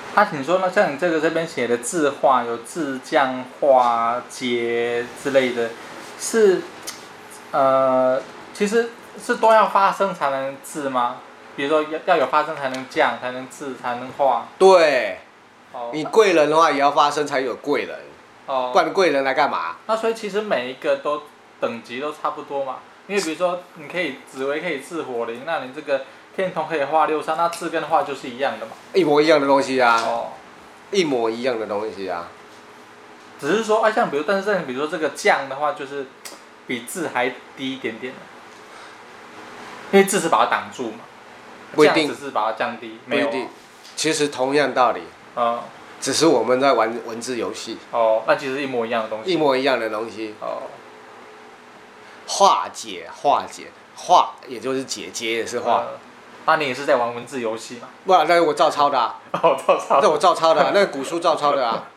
你说呢？像你这边写的字画，有字降化解之类的，是其实是都要发生才能字吗？比如说要有发生才能降，才能字，才能画。 对。 哦。 你贵人的话也要发生才有贵人。 哦。 不然贵人来干嘛？ 那所以其实每一个都等级都差不多嘛。因为比如说你可以紫微可以治火灵，那你这个天同可以化六煞，那字跟画就是一样的嘛。 一模一样的东西啊。 哦。 一模一样的东西啊。 只是说像比如说这个降的话，就是比字还低一点点的，因为字是把它挡住嘛。 不一定。 降只是把它降低， 不一定。其实同样道理。只是我们在玩文字游戏。 哦，那其实一模一样的东西。 一模一样的东西。 哦。 化解，化也就是解，解也是化。 那你也是在玩文字游戏吗？ 不然，那是我照抄的啊。 哦，照抄。 那我照抄的啊，那古书照抄的啊。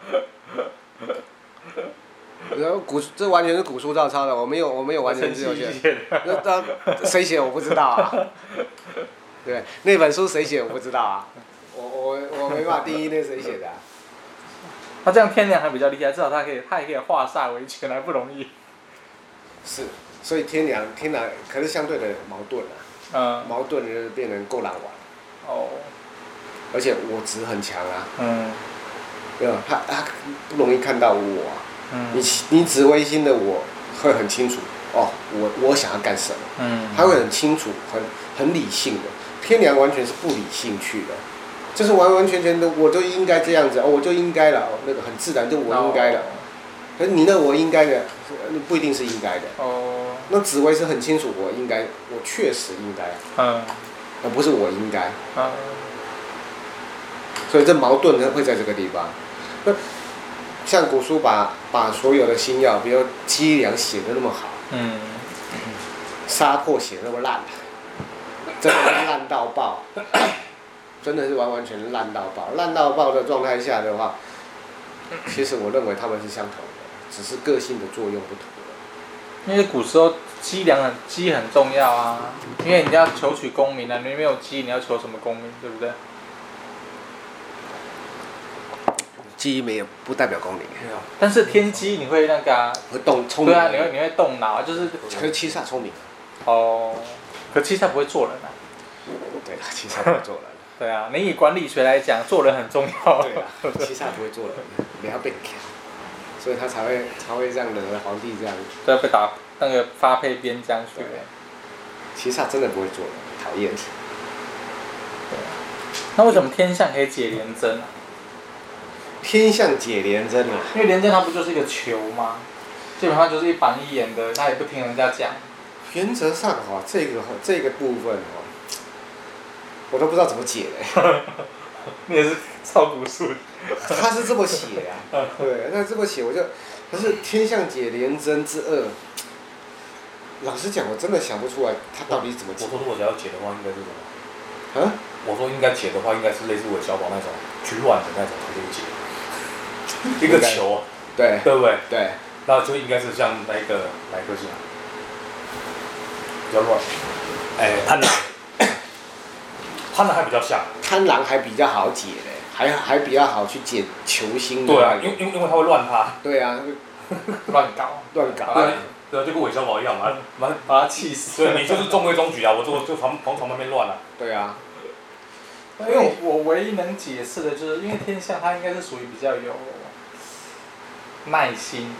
这完全是古书照抄的，我没有玩文字游戏。那谁写我不知道啊。对，那本书谁写我不知道啊。我没办法定义那谁写的啊。 他这样天梁还比较厉害，至少他也可以化煞为权，还不容易。 是。所以天梁可是相对的矛盾啊。矛盾就是变成够难玩。 哦。而且我值很强啊。对吧？他不容易看到我啊。你紫微星的我会很清楚哦，我想要干什么。他会很清楚，很理性的。天梁完全是不理性去的，就是完完全全的我就应该这样子，我就应该了，那个很自然就我应该了。可是你那我应该的，不一定是应该的。哦。那紫微是很清楚我应该，我确实应该。而不是我应该。所以这矛盾呢会在这个地方。那像古书把所有的星曜，比如积梁写得那么好。杀破写得那么烂，真的是烂到爆。真的是完完全全烂到爆，烂到爆的状态下的话，其实我认为他们是相同的，只是个性的作用不同。 因为古时候积很重要啊，因为你要求取功名啊，你没有积，你要求什么功名，对不对？ 积没有不代表功名。 但是天机你会那个啊， 会聪明。 对啊，你会动脑，就是。 可是七煞聪明。 哦，可七煞不会做人啊。 对啊，七煞不会做人。 对啊，你以管理学来讲，做人很重要。 对啊，七煞不会做人，不要被砍，所以他才会让惹得皇帝这样。 对，被打那个发配边疆去。 七煞真的不会做人，讨厌。 对啊。那为什么天象可以解廉贞啊？ 天象解廉贞啊？ 因为廉贞它不就是一个球吗？基本上就是一板一眼的，他也不听人家讲。 原则上这个部分我都不知道怎么解嘞。 你也是超古术。 他是这么写啊。对，那这么写可是天象解廉贞之恶，老实讲我真的想不出来他到底怎么解。 我说如果要解的话，应该是什么？我说应该解的话，应该是类似韦小宝那种去乱的那种才可以解。一个球。 对不对？ 对。 那就应该是像哪一个星啊？比较乱。贪婪。贪婪还比较像。 贪婪还比较好解嘞，还比较好去解球星。 对啊，因为他会乱他。 对啊。 乱搞。 对啊，就跟韦小宝一样嘛， 把他气死。 对，你就是中规中矩啊，我就从旁边乱了。 对啊。 因为我唯一能解释的就是，因为天象它应该是属于比较有耐心。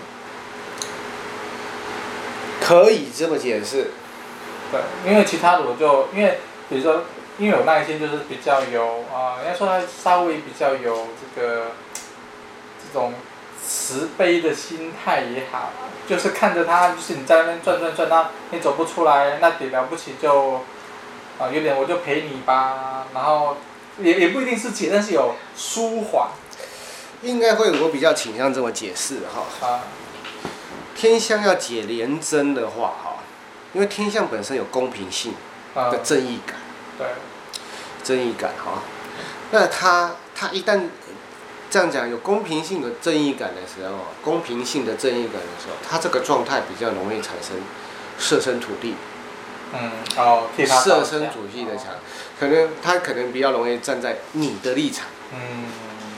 可以这么解释。 对，因为其他的因为比如说，因为有耐心，就是比较有应该说他稍微比较有这种慈悲的心态也好，就是看着他，就是你在那边转，那你走不出来，那点了不起就有点我就陪你吧，然后也不一定是解，但是有舒缓。 应该会，我比较倾向这么解释哈。天象要解廉贞的话因为天象本身有公平性的正义感。 对。 正义感那他一旦这样讲有公平性的正义感的时候，他这个状态比较容易产生设身处地。设身处地的想，他可能比较容易站在你的立场。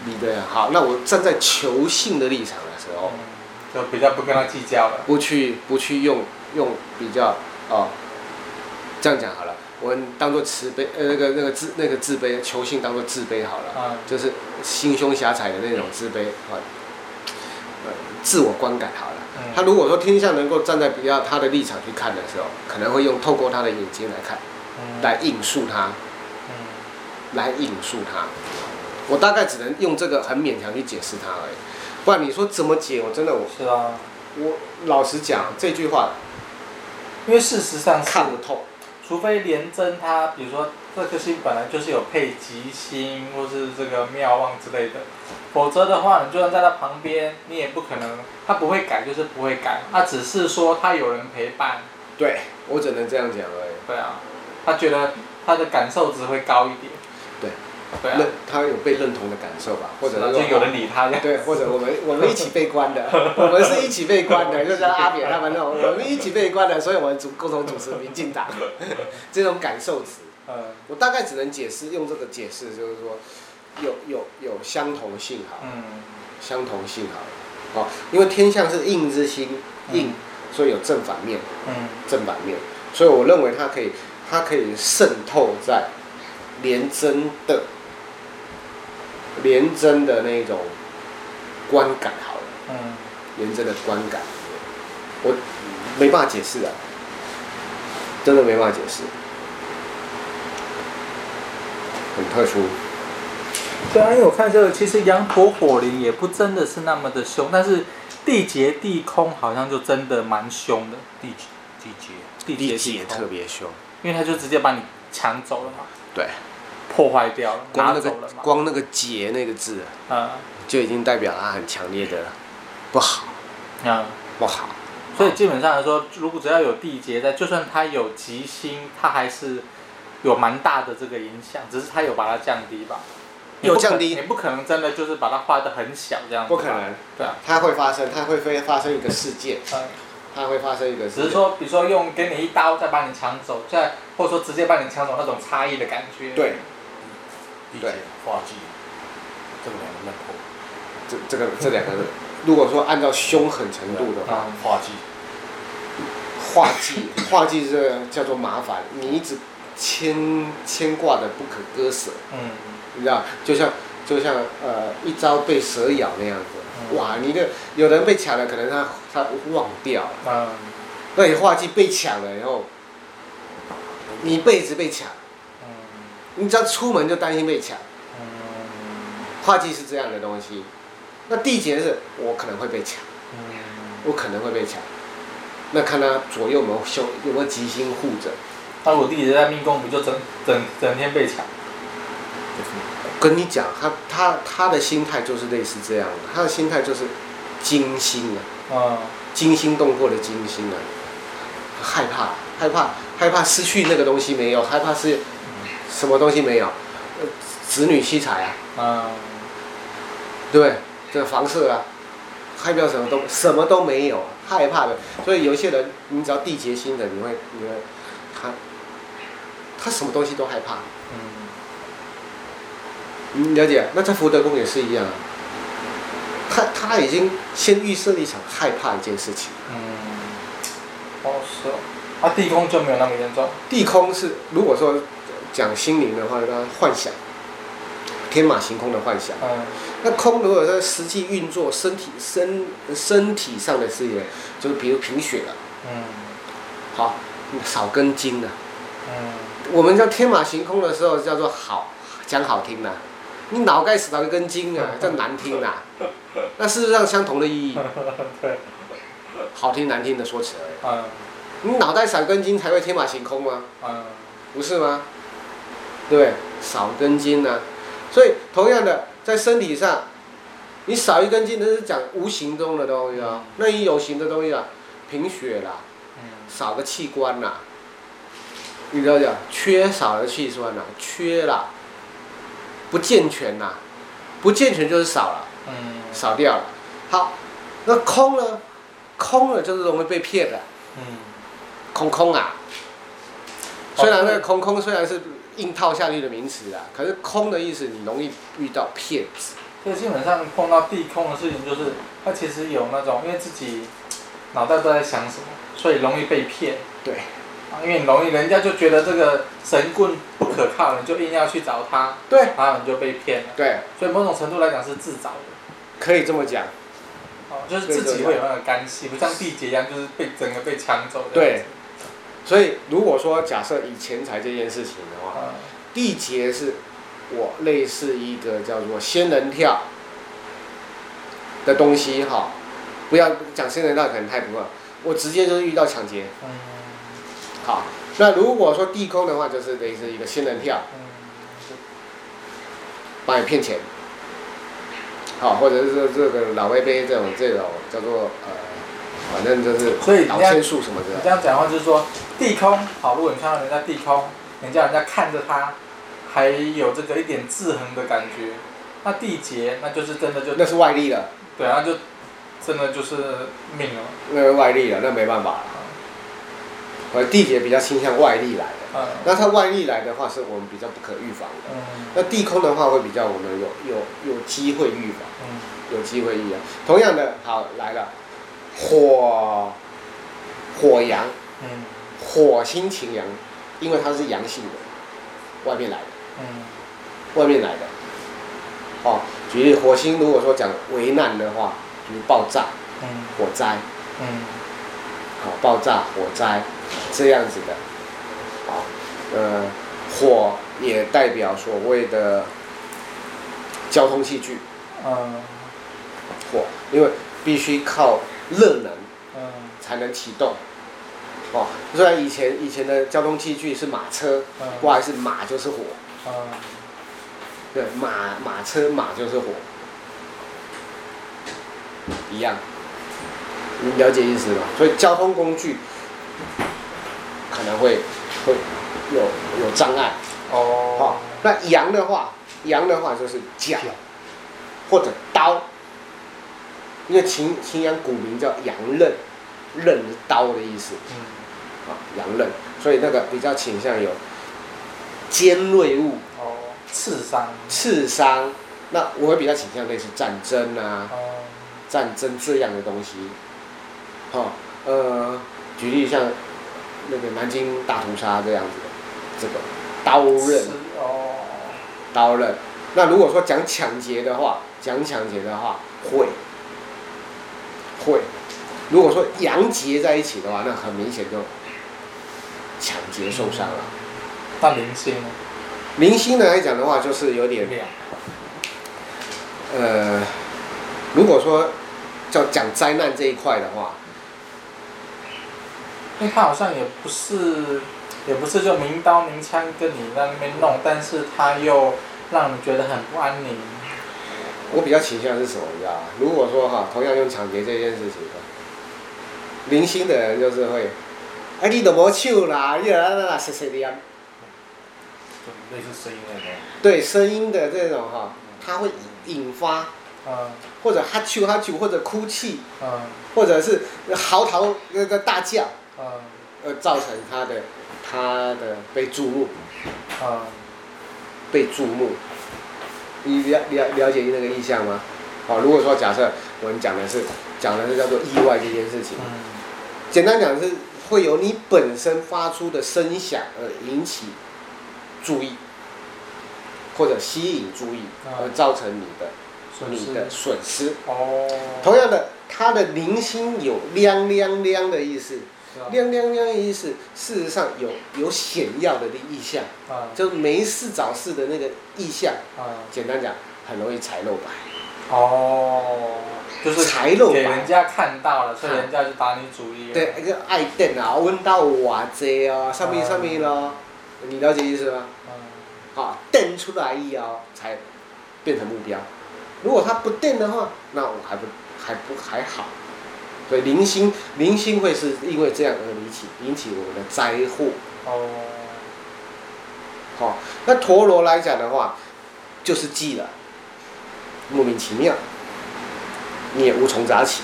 理对啊。好，那我站在求性的立场的时候， 就比较不跟他计较了， 不去用比较这样讲好了。我们当做慈悲，那个自卑，求性当做自卑好了，就是心胸狭窄的那种自卑自我观感好了。他如果说天象能够站在比较他的立场去看的时候，可能会透过他的眼睛来看，来引述他，来引述他。我大概只能用这个很勉强去解释他而已，不然你说怎么解，我真的是啊， 我老实讲这句话， 因为事实上看不透。 除非廉贞他，比如说这颗星本来就是有配吉星，或是这个妙望之类的，否则的话，你就算在他旁边，你也不可能，他不会改就是不会改，他只是说他有人陪伴。 对，我只能这样讲而已。 对啊，他觉得他的感受值会高一点。 对。 对啊。 他有被认同的感受吧，或者就有人理他。 对，或者我们一起被关的，我们是一起被关的，就像阿扁他们那种，我们一起被关的，所以我们共同主持民进党，这种感受值。我大概只能用这个解释，就是说有相同性好，相同性好，因为天象是应之星，应，所以有正反面，正反面，所以我认为它可以渗透在廉贞的那种观感好了，廉贞的观感，我没办法解释啊，真的没办法解释，很特殊。 对啊，因为我看这个，其实羊驼火灵也不真的是那么的凶，但是地劫地空好像就真的蛮凶的。地劫特别凶， 因为他就直接把你抢走了嘛。 对。 破坏掉了， 光那个劫那个字，就已经代表它很强烈的不好，不好。 所以基本上来说，如果只要有地劫在，就算它有吉星，它还是有蛮大的这个影响，只是它有把它降低吧。 有降低， 你不可能真的就是把它画得很小这样子。 不可能，对啊，它会发生一个事件。它会发生一个， 只是说，比如说给你一刀，再把你抢走，或者说直接把你抢走那种差异的感觉。 对。 对，画技，这个两个认破。 这两个，如果说按照凶狠程度的话，画技这个叫做麻烦，你一直牵挂的不可割舍。你知道，就像一朝被蛇咬那样子，哇，有人被抢了，可能他忘掉了。那你画技被抢了以后，你一辈子被抢。你只要出门就担心被抢，画技是这样的东西，那地劫是我可能会被抢，我可能会被抢，那看他左右有没有吉星护着。 那如果地劫在命宫，不就整天被抢？ 跟你讲，他的心态就是类似这样的，他的心态就是惊心啊，惊心动魄的惊心啊，害怕失去那个东西没有，害怕是。什么东西没有？子女妻财啊，对不对？这个房舍啊，害怕什么都没有，害怕的。所以有一些人，你只要地劫星的，你会他什么东西都害怕。你了解？那在福德宫也是一样啊。他已经先预设一场害怕一件事情。 是哦。地空就没有那么严重。 地空是如果说。讲心灵的话，它幻想，天马行空的幻想。那空如果说实际运作，身体上的事情，就是比如贫血了。好，少根筋了。我们叫天马行空的时候，叫做讲好听啦。你脑盖少一根筋啊，叫难听啦。那事实上相同的意义。 对。 好听难听的说辞而已。你脑袋少根筋才会天马行空吗？不是吗？对，少根筋啊，所以同样的，在身体上，你少一根筋，那是讲无形中的东西啊。那你有形的东西啊，贫血啦，少个器官啦，你知道讲缺少了器官啦，缺啦，不健全啦，不健全就是少了，少掉了。好，那空呢？空了就是容易被骗的，空啊。虽然那个空虽然是硬套下去的名词啦，可是空的意思你容易遇到骗子。 所以基本上碰到地空的事情，就是他其实有那种，因为自己脑袋都在想什么，所以容易被骗。 对。 因为人家就觉得这个神棍不可靠，你就硬要去找他， 对， 然后你就被骗了。 对。 所以某种程度来讲是自找的。 可以这么讲。 就是自己会有那个干系，不像地劫一样，就是整个被抢走的。 对。所以如果说假设以钱财这件事情的话，地劫是我类似一个叫做仙人跳的东西哈，不要讲仙人跳可能太不了，我直接就是遇到抢劫。好，那如果说地空的话，就是类似一个仙人跳，帮你骗钱。好，或者是这个老杯杯这种叫做反正就是老千术什么的。 你这样讲的话，就是说地空好，如果你看到人家地空，人家看着他，还有这个一点制衡的感觉，那地劫那就是真的就那是外力了。 对，那就真的就是命了。 那是外力了，那没办法了。地劫比较倾向外力来的，那它外力来的话，是我们比较不可预防的。那地空的话，会比较我们有机会预防，有机会预防。同样的，好来了，火阳，火星擎羊，因为它是阳性的，外面来的，外面来的。哦，举例，火星如果说讲危难的话，比如爆炸，火灾，好，爆炸、火灾这样子的，好，火也代表所谓的交通器具，火，因为必须靠热能，才能启动，哦，虽然以前的交通器具是马车，不好意思，马就是火，对，马车马就是火，一样。你了解意思吗？所以交通工具可能会有障碍。好，那阳的话就是角或者刀，因为擎羊古名叫阳刃，刃是刀的意思。阳刃，所以那个比较倾向有尖锐物。刺伤。那我会比较倾向类似战争啊，战争这样的东西。举例像那个南京大屠杀这样子的，这个刀刃。那如果说讲抢劫的话，会。如果说阳劫在一起的话，那很明显就抢劫受伤了。 那零星呢？ 零星的来讲的话，就是有点，如果说叫讲灾难这一块的话。 因为他好像也不是就明刀明枪跟你在那边弄，但是他又让你觉得很不安宁。 我比较倾向是什么，你知道吗？如果说同样用抢劫这件事情，零星的人就是会，你都无手啦，你那谁的呀？ 类似声音那种。 对，声音的这种它会引发，或者哈啾，或者哭泣，或者是嚎啕大叫。造成他的被注目，被注目，你了解那个意象吗？好，如果说假设我们讲的是叫做意外这件事情，简单讲是会由你本身发出的声响而引起注意，或者吸引注意，而造成你的损失。同样的，它的零星有亮亮亮的意思。亮亮亮的意思，事实上有显要的意象，就没事找事的那个意象。简单讲，很容易财漏白。 就是财漏白， 给人家看到了，所以人家就打你主意了。 对，那个爱等啊，问到哇这哦，上面咯，你了解意思吗？好，瞪出来以后才变成目标。如果他不瞪的话，那我还好。所以零星会是因为这样而引起我们的灾祸。好，那陀螺来讲的话，就是忌了，莫名其妙，你也无从查起。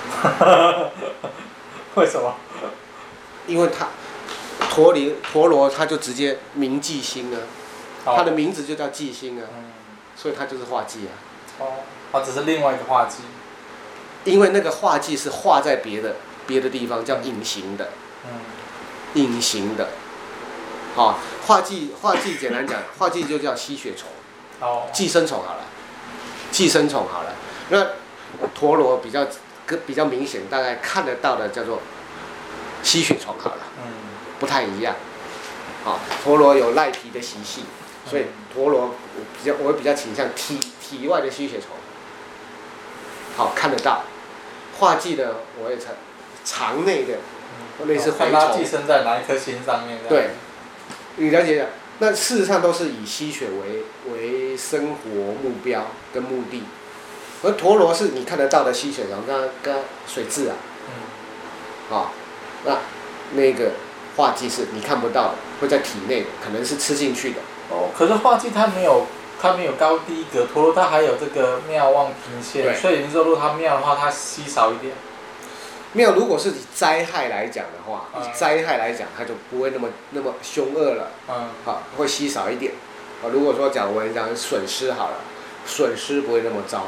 为什么？ 因为它陀螺它就直接名忌星啊，它的名字就叫忌星啊，所以它就是化忌啊。 哦，它只是另外一个化剂。 因为那个化剂是化在别的地方，叫隐形的。隐形的。好，化剂简单讲，化剂就叫吸血虫。寄生虫好了。寄生虫好了。那陀螺比较明显，大概看得到的叫做吸血虫好了。不太一样。好，陀螺有赖皮的习性，所以陀螺我会比较倾向体外的吸血虫。好，看得到。化剂的我也肠内的，类似蛔虫。看它寄生在哪一颗心上面。 对，你了解的。那事实上都是以吸血为生活目标跟目的，而陀螺是你看得到的吸血虫，跟水蛭啊。好，那个化剂是你看不到的，会在体内的，可能是吃进去的。 可是化剂它没有高低格，陀螺它还有这个妙望平线，所以你说如果它妙的话，它稀少一点。 妙，如果是以灾害来讲的话，它就不会那么凶恶了。好，会稀少一点。如果说我们讲损失好了，损失不会那么糟。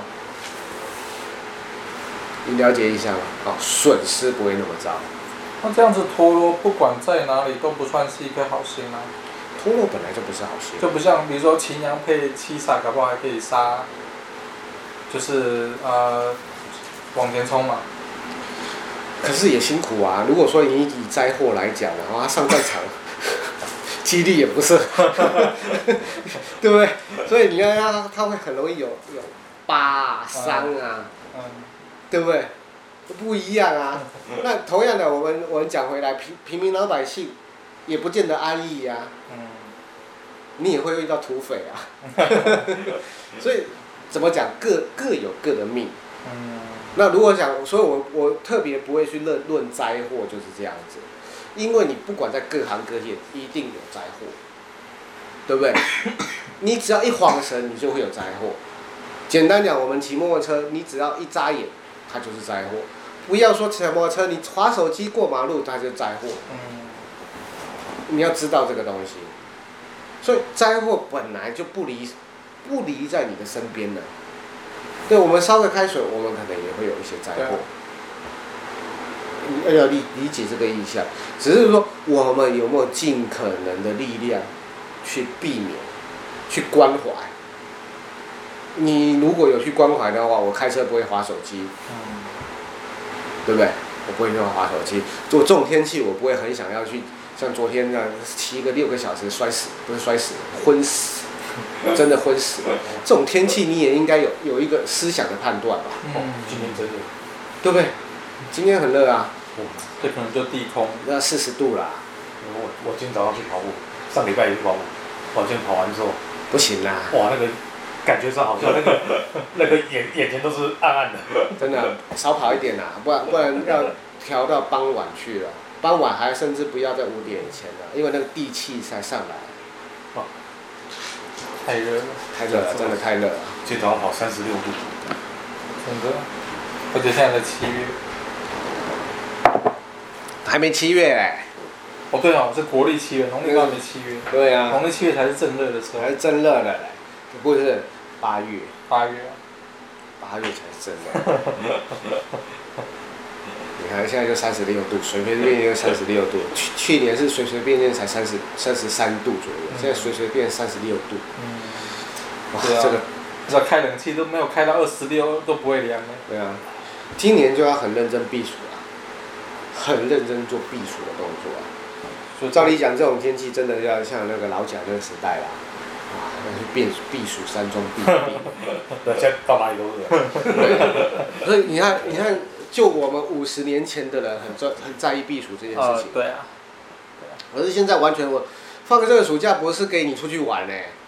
你了解一下吗？好，损失不会那么糟。 那这样子陀螺不管在哪里都不算是一颗好星啊。 陀螺本来就不是好星。 就不像比如说擎羊配七煞，搞不好还可以杀，就是往前冲嘛。 可是也辛苦啊！如果说你以灾祸来讲的话，他上战场，几率也不是，对不对？所以你看他会很容易有疤伤啊，对不对？不一样啊。那同样的，我们讲回来，平民老百姓也不见得安逸呀。你也会遇到土匪啊。所以怎么讲，各有各的命。那如果讲，所以我特别不会去论灾祸，就是这样子，因为你不管在各行各业，一定有灾祸，对不对？你只要一晃神，你就会有灾祸。简单讲，我们骑摩托车，你只要一眨眼，它就是灾祸。不要说骑摩托车，你滑手机过马路，它就是灾祸。你要知道这个东西，所以灾祸本来就不离在你的身边了。对，我们烧个开水，我们可能也会有一些灾祸。你要理解这个意象，只是说我们有没有尽可能的力量去避免、去关怀。你如果有去关怀的话，我开车不会滑手机，对不对？我不会去滑手机。做这种天气，我不会很想要去，像昨天那样骑个6个小时摔死，不是摔死，昏死。真的昏死了。这种天气你也应该有一个思想的判断吧。 今天真热， 对不对？今天很热啊。 这可能就地空。 要40度啦。 我今天早上去跑步，上礼拜也去跑步，今天跑完之后， 不行啦。 哇，那个感觉上好像那个眼前都是暗暗的。 真的少跑一点啦，不然要调到傍晚去了。傍晚还甚至不要在5点以前了，因为那个地气才上来。 太热了， 真的太热了。 今天早上跑36度， 真的，而且现在才7月， 还没7月哎。 对哦，是国历7月，农历还没7月。 对啊。 农历7月才是正热的时候。 还是正热的嘞，不是8月。 8月。 8月才是正热。你看现在就36度，随便就36度。去年是随便才33度左右，现在随便36度。哇，这个， 只开冷气都没有开到26都不会凉的。 对啊，今年就要很认真避暑了，很认真做避暑的动作啊。照理讲，这种天气真的要像那个老蒋那个时代啦，要去避暑山庄避。 对，现在到哪里都是。 所以你看，就我们50年前的人很在意避暑这件事情。 对啊。 可是现在完全我放这个暑假不是给你出去玩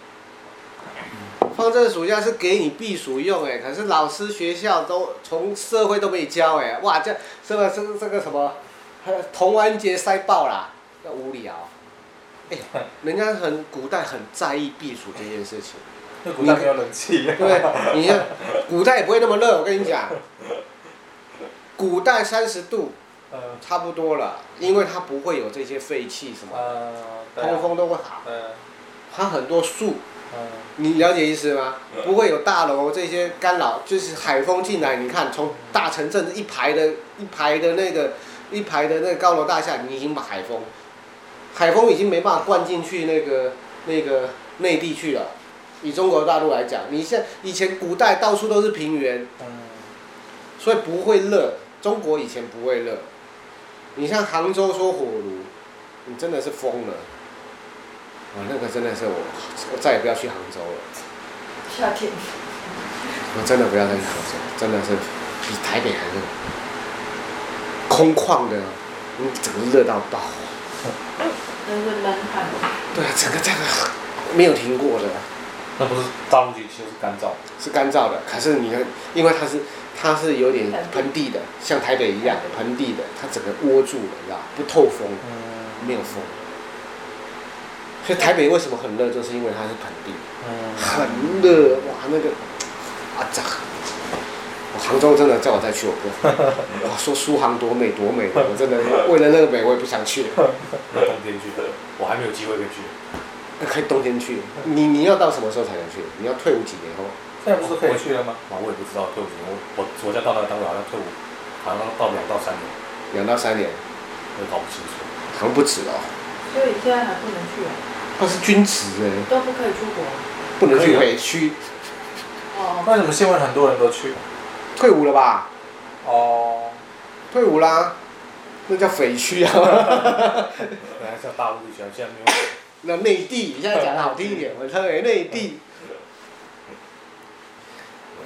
放这个暑假是给你避暑用可是老师学校都从社会都没教哇这个什么童玩节塞爆啦，要无聊。人家古代很在意避暑这件事情。 那古代没有冷气。 对，你看古代也不会那么热，我跟你讲。古代30度，差不多了，因为它不会有这些废气什么，通风都会好。它很多树你了解意思吗？不会有大楼这些干扰，就是海风进来，你看从大城镇一排的那个高楼大厦，你已经把海风已经没办法灌进去那个内地去了。以中国大陆来讲，你像以前古代到处都是平原，所以不会热。中国以前不会热。你像杭州说火炉，你真的是疯了。那个真的是我再也不要去杭州了。 夏天。 我真的不要再去杭州，真的是比台北还热。空旷的，你整个热到爆。 那是冷汗。 对啊，整个这个没有停过的。 那不是大陆地区是干燥。是干燥的，可是你看，因为它是有点盆地的，像台北一样盆地的，它整个窝住了，你知道，不透风，没有风。所以台北为什么很热，就是因为它是盆地，很热，哇，那个杭州真的叫我再去，我说苏杭多美多美，我真的为了那个美我也不想去。 那冬天去的，我还没有机会可以去。 可以冬天去，你要到什么时候才能去？你要退伍几年后？ 现在不是可以去了吗？ 我也不知道退伍几年，我家到那个单位好像退伍，好像到2到3年。 2到3年， 我也搞不清楚。 好像不止哦。 所以现在还不能去啊？ 那是军职哎。 都不可以出国。 不能去北区。 哦。 为什么新闻很多人都去？ 退伍了吧？ 哦。 退伍啦，那叫匪区啊。 本来叫大陆地区，现在没有。 那内地，现在讲的好听一点，我称为内地。